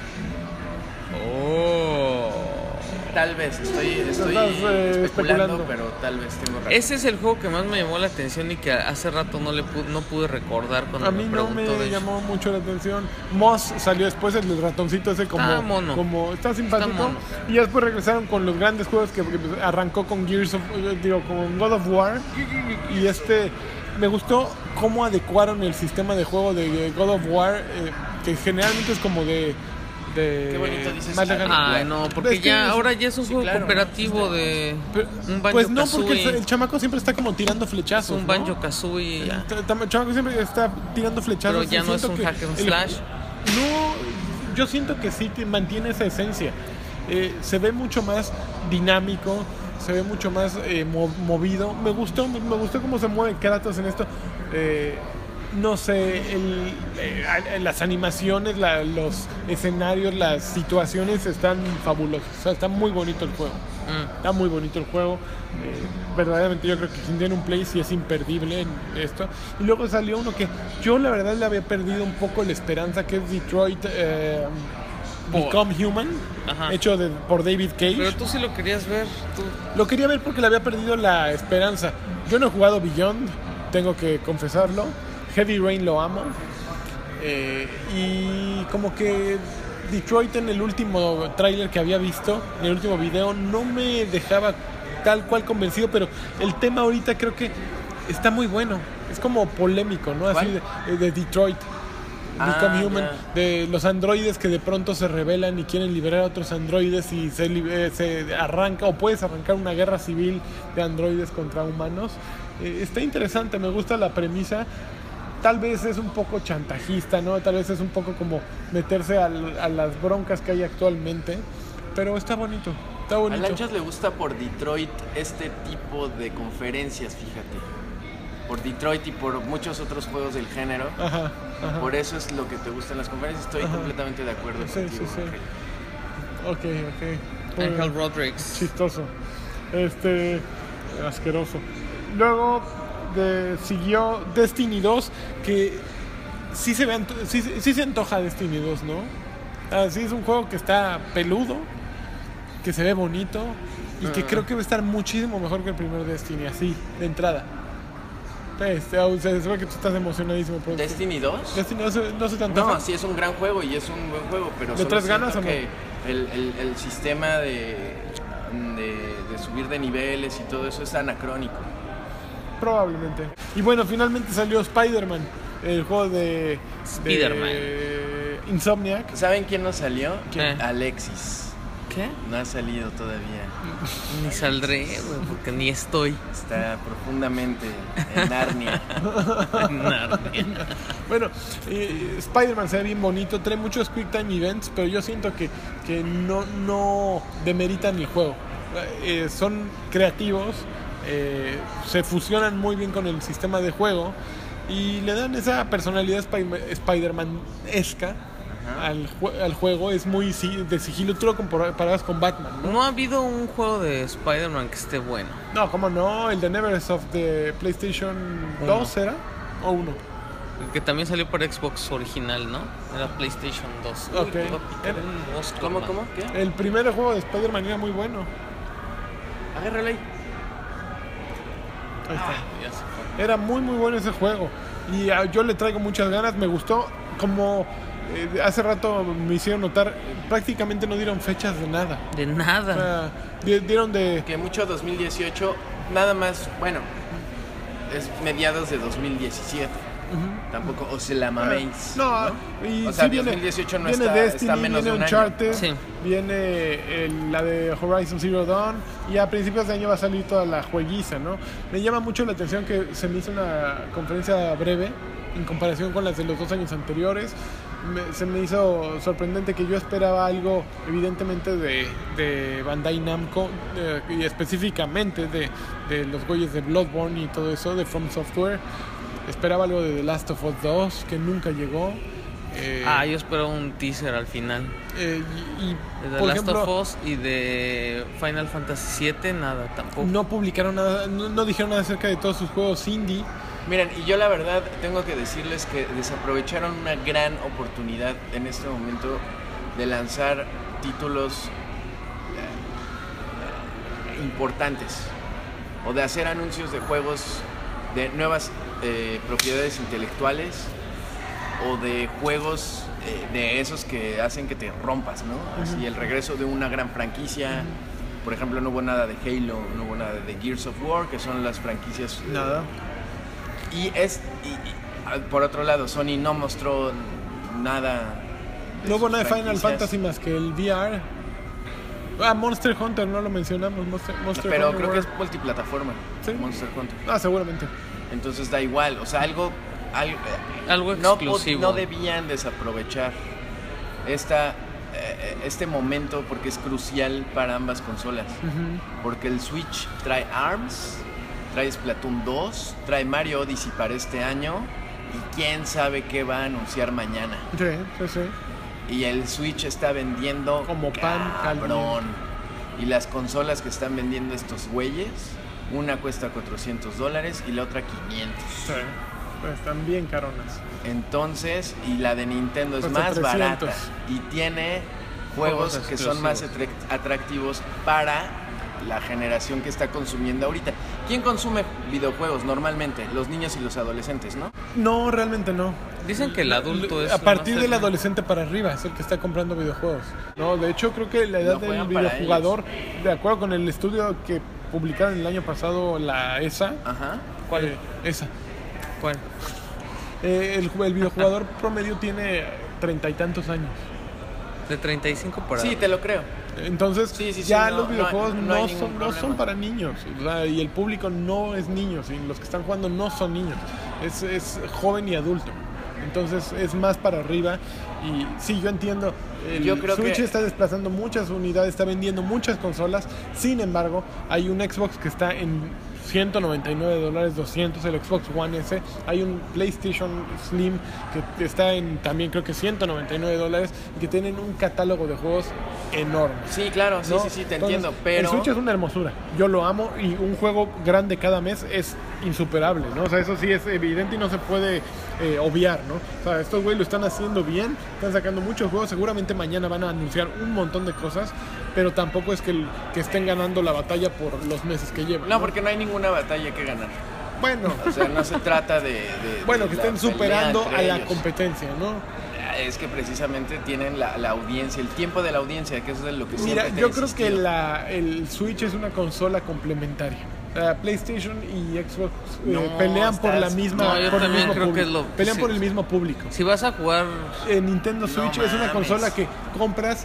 Oh. Tal vez, estoy, estoy Estás, eh, especulando, especulando. pero tal vez tengo razón. Ese es el juego que más me llamó la atención y que hace rato no le pude, no pude recordar cuando A mí me no preguntó me de eso. llamó mucho la atención. Moss salió después, el ratoncito ese como... Está mono. como está simpático. Está mono. Y ya después regresaron con los grandes juegos que, que arrancó con Gears of... eh, digo, con God of War. Y este... Me gustó cómo adecuaron el sistema de juego de God of War, eh, que generalmente es como de... de Qué bonito dices más de adecuar. ganas. Ay, no, porque Es que ya es- ahora ya es un sí, juego claro, cooperativo de Pero- un Banjo pues no, porque el, Kazooie. el chamaco siempre está como tirando Es flechazos. un ¿no? Banjo Kazooie y ya. El t- chamaco siempre está tirando flechazos. Pero ya y no es siento un que hack and el- slash. No, yo siento que sí te mantiene esa esencia. Eh, se ve mucho más dinámico, se ve mucho más eh, mo- movido. Me gustó, me, me gustó cómo se mueve Kratos en esto. Eh, no sé, el, eh, las animaciones, la- los escenarios, las situaciones están fabulosas. O sea, está muy bonito el juego. Mm. Está muy bonito el juego. Eh, verdaderamente yo creo que quien tiene un Play sí es imperdible en esto. Y luego salió uno que yo la verdad le había perdido un poco la esperanza, que es Detroit eh, Por- Become Human, Ajá. hecho de, por David Cage. Pero tú sí lo querías ver. Tú. Lo quería ver porque le había perdido la esperanza. Yo no he jugado Beyond, tengo que confesarlo. Heavy Rain lo amo. Eh, y como que Detroit en el último tráiler que había visto, en el último video, no me dejaba tal cual convencido, pero el tema ahorita creo que está muy bueno. Es como polémico, ¿no? Así de, de Detroit. Ah, Become Human, ya. de los androides que de pronto se rebelan y quieren liberar a otros androides y se, li- eh, se arranca o puedes arrancar una guerra civil de androides contra humanos. Eh, está interesante, me gusta la premisa. Tal vez es un poco chantajista, ¿no? Tal vez es un poco como meterse al- a las broncas que hay actualmente, pero está bonito, está A bonito. Lanchas le gusta por Detroit este tipo de conferencias, fíjate. Por Detroit y por muchos otros juegos del género. Ajá, ajá. Por eso es lo que te gusta en las conferencias. Estoy Ajá. completamente de acuerdo Sí, contigo. sí, sí. Ángel. Ok, ok. Ángel Rodriguez. Chistoso. Este. Asqueroso. Luego de, siguió Destiny dos, que sí se, ve, anto- sí, sí se antoja Destiny dos, ¿no? Así es un juego que está peludo, que se ve bonito y que Ah. creo que va a estar muchísimo mejor que el primer Destiny, así, de entrada. Este, o sea, se ve que tú estás emocionadísimo por esto. ¿Destiny dos? Destiny no se, no se te antoja. No, sí es un gran juego y es un buen juego, pero ¿Le solo traes siento ganas o no? que el, el, el sistema de, de, de subir de niveles y todo eso es anacrónico. Probablemente. Y bueno, finalmente salió Spider-Man, el juego de, Spider-Man. de Insomniac. ¿Saben quién nos salió? ¿Quién? Alexis. ¿Qué? No ha salido todavía. Ni saldré, güey, porque ni estoy. Está profundamente en Narnia. En Narnia. Bueno, eh, Spider-Man se ve bien bonito, trae muchos Quick Time Events, pero yo siento que, que no, no demeritan el juego. Eh, son creativos, eh, se fusionan muy bien con el sistema de juego y le dan esa personalidad Sp- Spider-Man-esca al, ju- al juego. Es muy si- de sigilo, tú lo comparabas con Batman, ¿no? No ha habido un juego de Spider-Man que esté bueno. No, ¿cómo no? El de Neversoft de PlayStation Uno. dos, ¿era? ¿O uno? El que también salió para Xbox original, ¿no? Era PlayStation dos. Uy, Ok. te iba a picar Era- un Oscar, ¿Cómo, man. cómo? ¿Qué? El primer juego de Spider-Man era muy bueno. Agárralo ahí. Ahí está. Ya se fue. Era muy muy bueno ese juego y ah, yo le traigo muchas ganas, me gustó. Como eh, hace rato me hicieron notar, prácticamente no dieron fechas de nada. De O nada. sea, di- dieron de... Que mucho dos mil dieciocho, nada más, bueno, es mediados de dos mil diecisiete. Ujú. Tampoco os la maméis. No, y O sea, sí viene, dos mil dieciocho no viene está, Destiny, está menos viene de un Uncharted, año. Sí. viene el- la de Horizon Zero Dawn y a principios de año va a salir toda la jueguiza, ¿no? Me llama mucho la atención que se me hizo una conferencia breve en comparación con las de los dos años anteriores. Me- se me hizo sorprendente que yo esperaba algo evidentemente de, de Bandai Namco eh, y específicamente de, de los güeyes de Bloodborne y todo eso, de From Software. Esperaba algo de The Last of Us dos, que nunca llegó. Eh, Ah, yo espero un teaser al final. eh, y, y, De The por Last ejemplo, of Us y de Final Fantasy siete, nada, tampoco. no publicaron nada, no, no dijeron nada acerca de todos sus juegos indie. Miren, y yo la verdad tengo que decirles que desaprovecharon una gran oportunidad en este momento de lanzar títulos eh, importantes o de hacer anuncios de juegos de nuevas eh, propiedades intelectuales o de juegos eh, de esos que hacen que te rompas, ¿no? Así el regreso de una gran franquicia. Por ejemplo, no hubo nada de Halo, no hubo nada de Gears of War, que son las franquicias eh, Nada. y es y- y, ah, por otro lado, Sony no mostró nada. No hubo sus nada de Final franquicias. Fantasy más que el V R. Ah, Monster Hunter, no lo mencionamos. Monster, Monster Pero Hunter creo que es World. multiplataforma. ¿Sí? Monster Hunter. Ah, seguramente. Entonces da igual, o sea, algo algo, Algo no, po- exclusivo. no debían desaprovechar esta eh, este momento porque es crucial para ambas consolas. Ujú. Porque el Switch trae ARMS, trae Splatoon dos, trae Mario Odyssey para este año y quién sabe qué va a anunciar mañana. Sí, sí, sí. Y el Switch está vendiendo Como pan cabrón. Y las consolas que están vendiendo estos güeyes, una cuesta cuatrocientos dólares y la otra quinientos. Sí. Pues están bien caronas. Entonces, y la de Nintendo es Cuesta más trescientos. barata y tiene juegos Juegos que son más exclusivos. atrac- atractivos para la generación que está consumiendo ahorita. ¿Quién consume videojuegos normalmente? Los niños y los adolescentes, ¿no? No, realmente no. Dicen que el adulto es A partir más del el- adolescente para arriba es el que está comprando videojuegos. No, de hecho creo que la edad Lo del juegan para videojugador, de acuerdo con el estudio que publicaron el año pasado, la E S A. Ajá. ¿Cuál? eh, esa. ¿Cuál? Eh, el, el videojugador promedio tiene treinta y tantos años. De treinta y cinco para... Sí, te lo creo. Entonces, Sí, sí, sí, ya no- los videojuegos no no, hay- no hay son, ningún no son problema. para niños. O sea, y el público no es niños. Y los que están jugando no son niños. Es, es joven y adulto. Entonces es más para arriba. Y sí, yo entiendo. El Yo creo Switch que- está desplazando muchas unidades, está vendiendo muchas consolas. Sin embargo, hay un Xbox que está en ciento noventa y nueve dólares, doscientos, el Xbox One S. Hay un PlayStation Slim que está en también creo que ciento noventa y nueve dólares y que tienen un catálogo de juegos enorme. Sí, claro, sí, ¿no? sí, sí, te Entonces, entiendo, pero... el Switch es una hermosura. Yo lo amo y un juego grande cada mes es insuperable, ¿no? O sea, eso sí es evidente y no se puede eh, obviar, ¿no? O sea, estos güeyes lo están haciendo bien, están sacando muchos juegos, seguramente mañana van a anunciar un montón de cosas, pero tampoco es que, el- que estén ganando la batalla por los meses que llevan. No, porque no hay ninguna batalla que ganar. Bueno, O sea, no se trata de... de- bueno, de que la estén pelea superando entre a la ellos. competencia, ¿no? Es que precisamente tienen la, la audiencia, el tiempo de la audiencia, que eso es lo que Mira, siempre te yo he creo que insistido. la, el Switch es una consola complementaria. O sea, PlayStation y Xbox eh, No, pelean por la estás- misma No, yo por el también mismo creo que público. es lo- Pelean sí. por el mismo público. Si vas a jugar... Eh, Nintendo Switch es una mames. consola que compras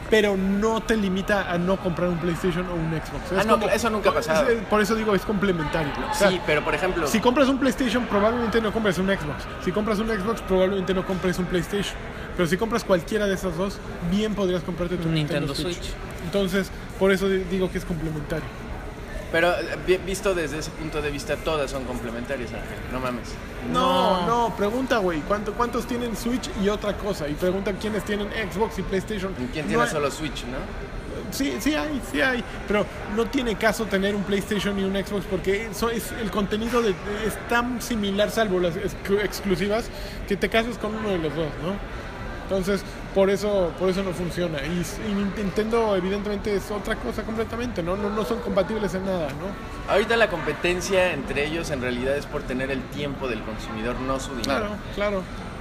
pero no te limita a no comprar un PlayStation o un Xbox. Es Ah, no, como- eso nunca ha pasado. es- por eso digo, es complementario. O sea, Sí, pero por ejemplo... si compras un PlayStation, probablemente no compres un Xbox. Si compras un Xbox, probablemente no compres un PlayStation. Pero si compras cualquiera de esas dos, bien podrías comprarte tu Un Nintendo, Nintendo Switch. Switch. Entonces, por eso di- digo que es complementario. Pero eh, vi- visto desde ese punto de vista, todas son complementarias, Ángel. No mames. No, No. no, pregunta, güey, ¿cuánto, ¿cuántos tienen Switch y otra cosa? Y pregunta quiénes tienen Xbox y PlayStation. ¿Y ¿Quién No tiene hay- solo Switch, no? Sí, sí hay, sí hay, pero no tiene caso tener un PlayStation y un Xbox porque eso es, el contenido de, es tan similar, salvo las exclu- exclusivas, que te casas con uno de los dos, ¿no? Entonces, por eso, por eso no funciona. Y, y Nintendo, evidentemente, es otra cosa completamente, ¿no? No, no son compatibles en nada, ¿no? Ahorita la competencia entre ellos en realidad es por tener el tiempo del consumidor, no su dinero. Claro, claro.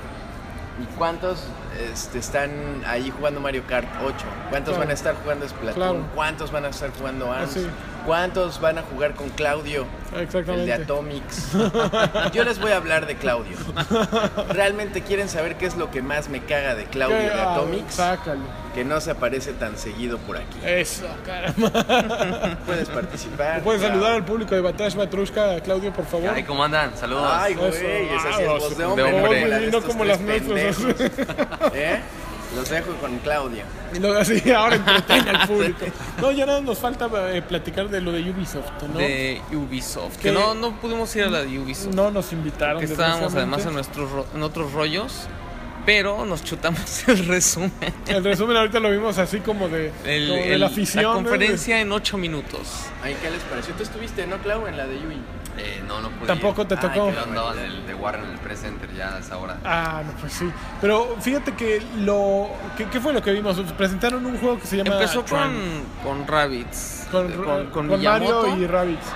¿Y cuántos este, están ahí jugando Mario Kart ocho? ¿Cuántos Claro. van a estar jugando Splatoon? Claro. ¿Cuántos van a estar jugando ARMS? sí. ¿Cuántos van a jugar con Claudio? Exactamente. El de Atomics. Yo les voy a hablar de Claudio. ¿Realmente quieren saber qué es lo que más me caga de Claudio de Ah, Atomics? sácalo. Que no se aparece tan seguido por aquí. Eso, caramba. Puedes participar. ¿Puedes Claro. saludar al público de Batash Batrushka, Claudio, por favor? Ay, ¿cómo andan? Saludos. Ay, güey, Eso, esa sí es ah, voz de de hombre. hombre. como la de Oye, no estos como tres las nuestras. pendejos. ¿Eh? Los dejo con Claudia. Y luego así, ahora entretiene al público. No, ya nada nos falta eh, platicar de lo de Ubisoft, ¿no? De Ubisoft. Que- Que no, no pudimos ir a la de Ubisoft. No nos invitaron. Que estábamos además en, desgraciadamente. nuestros ro- en otros rollos. Pero nos chutamos el resumen. El resumen ahorita lo vimos así como de, El- como de el- la afición. la ¿no? conferencia en ocho minutos. Ay, ¿qué les pareció? Tú estuviste, ¿no, Clau? En la de Yui. Eh, no, no pude Tampoco ir. te Ay, tocó. qué Yo andaba en el de Warren en el Press Center ya a esa hora. Ah, no, pues sí. Pero fíjate que lo... ¿Qué, qué fue lo que vimos? Presentaron un juego que se llama... Empezó Tron. con, con Rabbids. Con, eh, con, con con Miyamoto. Mario y Rabbids.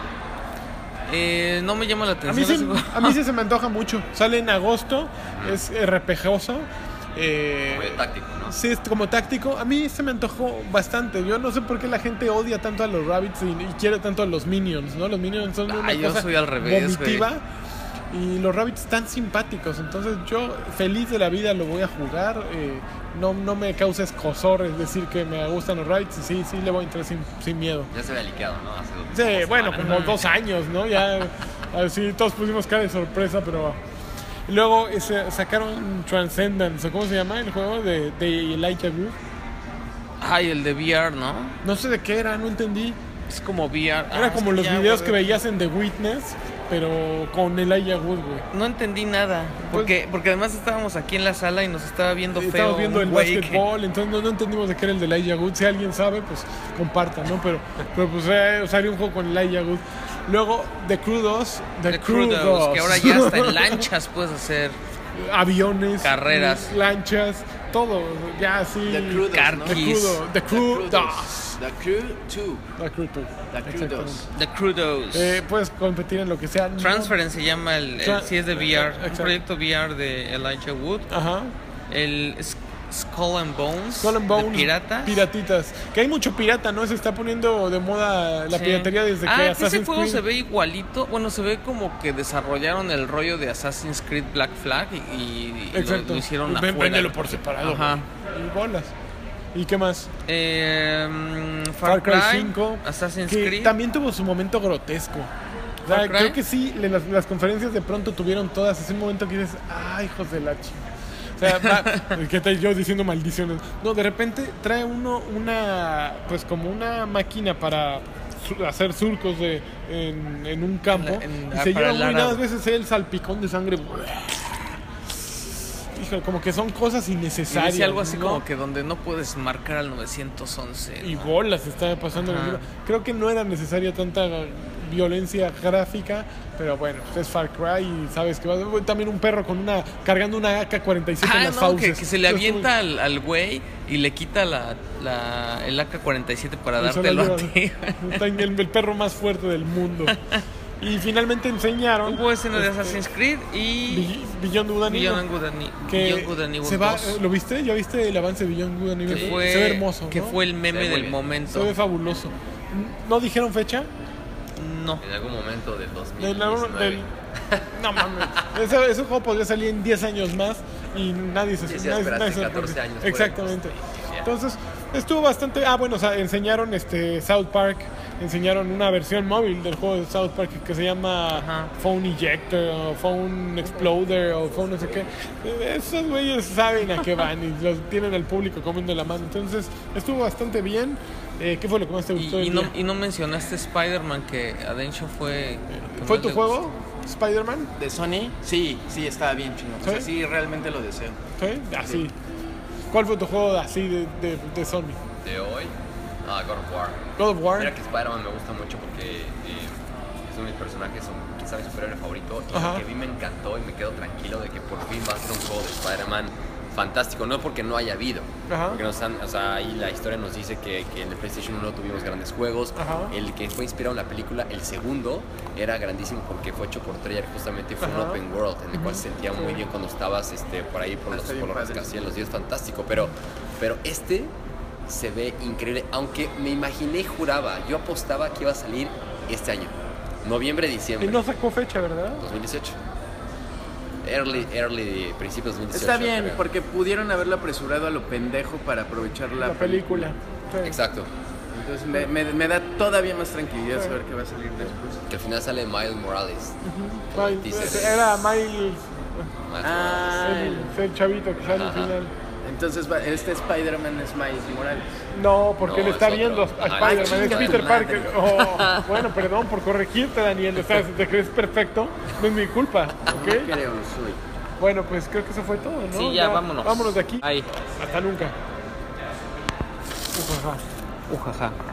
Eh, no me llama la A atención. mí, sí, ese juego. a mí sí se me antoja mucho. Sale en agosto, es RPGoso. Eh, Muy táctico, ¿no? Sí, es como táctico. A mí se me antojó bastante. Yo no sé por qué la gente odia tanto a los Rabbids y, y quiere tanto a los Minions, ¿no? Los Minions son una Ah, yo cosa soy al revés, vomitiva. Y los Rabbids tan simpáticos. Entonces yo, feliz de la vida, lo voy a jugar. Eh, no, no me causa escozor es decir que me gustan los Rabbids. Y sí, sí, le voy a entrar sin, sin miedo. Ya se había liqueado, ¿no? Hace dos, Sí, dos bueno, semanas. como dos años, ¿no? Ya, así todos pusimos cara de sorpresa, pero... Y luego ese, sacaron Transcendence, ¿o cómo se llama el juego? De, de Elijah Wood. Ay, el de V R, ¿no? No sé de qué era, no entendí. Es como V R. Era Ah, como es los ya, videos güey. que veías en The Witness, pero con Elijah Wood, güey. No entendí nada. Porque, porque además estábamos aquí en la sala y nos estaba viendo feo. Estábamos viendo un el güey que- básquetbol, entonces no, no entendimos de qué era el de Elijah Wood. Si alguien sabe, pues compartan, ¿no? Pero, pero pues eh, salió un juego con Elijah Wood. Luego, The Crew dos. The, The Crew Crew dos, dos. que ahora ya hasta en lanchas puedes hacer. Aviones, Carreras. lanchas, todo, ya así. The Crew dos, Car ¿no? The Keys. Crew, do- The Crew dos. The Crew dos. The Crew dos. The Crew Exactamente. dos. The Crew dos. Eh, puedes competir en lo que sea. No- Transference se llama el, el Tra- sí es de V R, un Exacto. proyecto V R de Elijah Wood. Ajá. El S- Skull and Bones, Skull and Bones, de piratas. piratitas. Que hay mucho pirata, ¿no? Se está poniendo de moda la Sí. piratería desde ah, que que Assassin's ese juego Creed. se ve igualito. Bueno, se ve como que desarrollaron el rollo de Assassin's Creed Black Flag y, y lo- Exacto. lo, hicieron Ven- afuera. Véndelo por separado. Ajá. güey. Y bolas. ¿Y qué más? Eh, mm, Far, Cry, cinco. Assassin's Que Creed. también tuvo su momento grotesco. O sea, Far Cry. creo que sí, le- las, las conferencias de pronto tuvieron todas ese momento que dices, ay, hijos de la chingada. O sea, va, ¿qué tal yo diciendo maldiciones? No, de repente trae uno una, pues como una máquina para su- hacer surcos de, en, en un campo. En- y ah, se para lleva el muy arado. unas veces el salpicón de sangre. Híjole, como que son cosas Y innecesarias. dice algo así ¿no? como que donde no puedes marcar al nueve once. Y ¿no? bolas estaba pasando. Ajá. Creo que no era necesaria tanta violencia gráfica, pero bueno, pues es Far Cry y sabes que va también un perro con una cargando una A K cuarenta y siete en Ah, las no, fauces. que, que se le Entonces, avienta al, al güey y le quita la, la, el A K cuarenta y siete para y se la dártelo a lleva. ti. Está en el, el perro más fuerte del mundo. Y finalmente enseñaron Hubo escena de este, Assassin's Creed y Be- Beyond Good and Evil, Beyond Good and, E- que Beyond Good and Evil se va, dos, ¿lo viste? ¿Ya viste el avance de Beyond Good and Evil? que dos? fue, se ve hermoso, que ¿no? fue el meme Se ve muy del bien. momento. Se ve fabuloso. ¿No dijeron fecha? No. En algún momento del dos mil Del- diecinueve. del- no mames. Ese, ese juego podría salir en diez años más y nadie se Y si nadie- esperaste nadie se catorce sorprende. años, fue, Exactamente. pues, ya. Entonces, Estuvo bastante... Ah, bueno, o sea, enseñaron este South Park, enseñaron una versión móvil del juego de South Park que se llama Ajá. Phone Ejector o Phone Exploder o Phone no sé qué. Esos güeyes saben a qué van y los tienen al público comiendo la mano. Entonces, estuvo bastante bien. Eh, ¿Qué fue lo que más te Y, gustó y del no, día? y no mencionaste Spider-Man, que a Densho fue... que ¿Fue más tu le juego, gustó. Spider-Man? ¿De Sony? Sí, sí, estaba bien chingón. O sea, ¿Sí? sí, realmente lo deseo. ¿Sí? Así. ¿Cuál fue tu juego así de, de, de Sony? De hoy, ah, God of War. God of War. Mira que Spider-Man me gusta mucho porque eh, es uno de mis personajes, son, quizá mi superhéroe favorito. Y Ajá. lo que vi me encantó y me quedo tranquilo de que por fin va a ser un juego de Spider-Man fantástico. No porque no haya habido. Ajá. Porque nos han, o sea, ahí la historia nos dice que, que en el PlayStation uno tuvimos grandes juegos. Ajá. El que fue inspirado en la película, el segundo, era grandísimo porque fue hecho por Treyarch. Justamente fue Ajá. un open world en el cual se sentía muy bien cuando estabas este, por ahí por Ah, los, está bien por los padre. rascacielos. Y es fantástico. Pero, pero este se ve increíble. Aunque me imaginé, juraba, yo apostaba que iba a salir este año. Noviembre, Y diciembre. no sacó fecha, ¿verdad? dos mil dieciocho. Early, early, principios de dos mil dieciocho. Está bien, creo. porque pudieron haberlo apresurado a lo pendejo para aprovechar la, La película. Sí. Exacto. Entonces me, me, me da todavía más tranquilidad saber qué va a salir después. Que al final sale Miles Morales. Miles- Dice- era Miles, Miles Ah, el, el chavito que sale al Ajá. final. entonces va- este Spider-Man es Miles Morales. No, porque No, él está es viendo otro. a Ajá. Spider-Man, Ah, es chinga Peter tu Parker. madre. Oh, bueno, perdón por corregirte, Daniel. O sea, si te crees perfecto, no es mi culpa, No ¿ok? creo, soy. Bueno, pues creo que eso fue todo, ¿no? Sí, ya, vámonos. Vámonos de aquí. Ahí. Hasta nunca. Ujaja. Ujaja.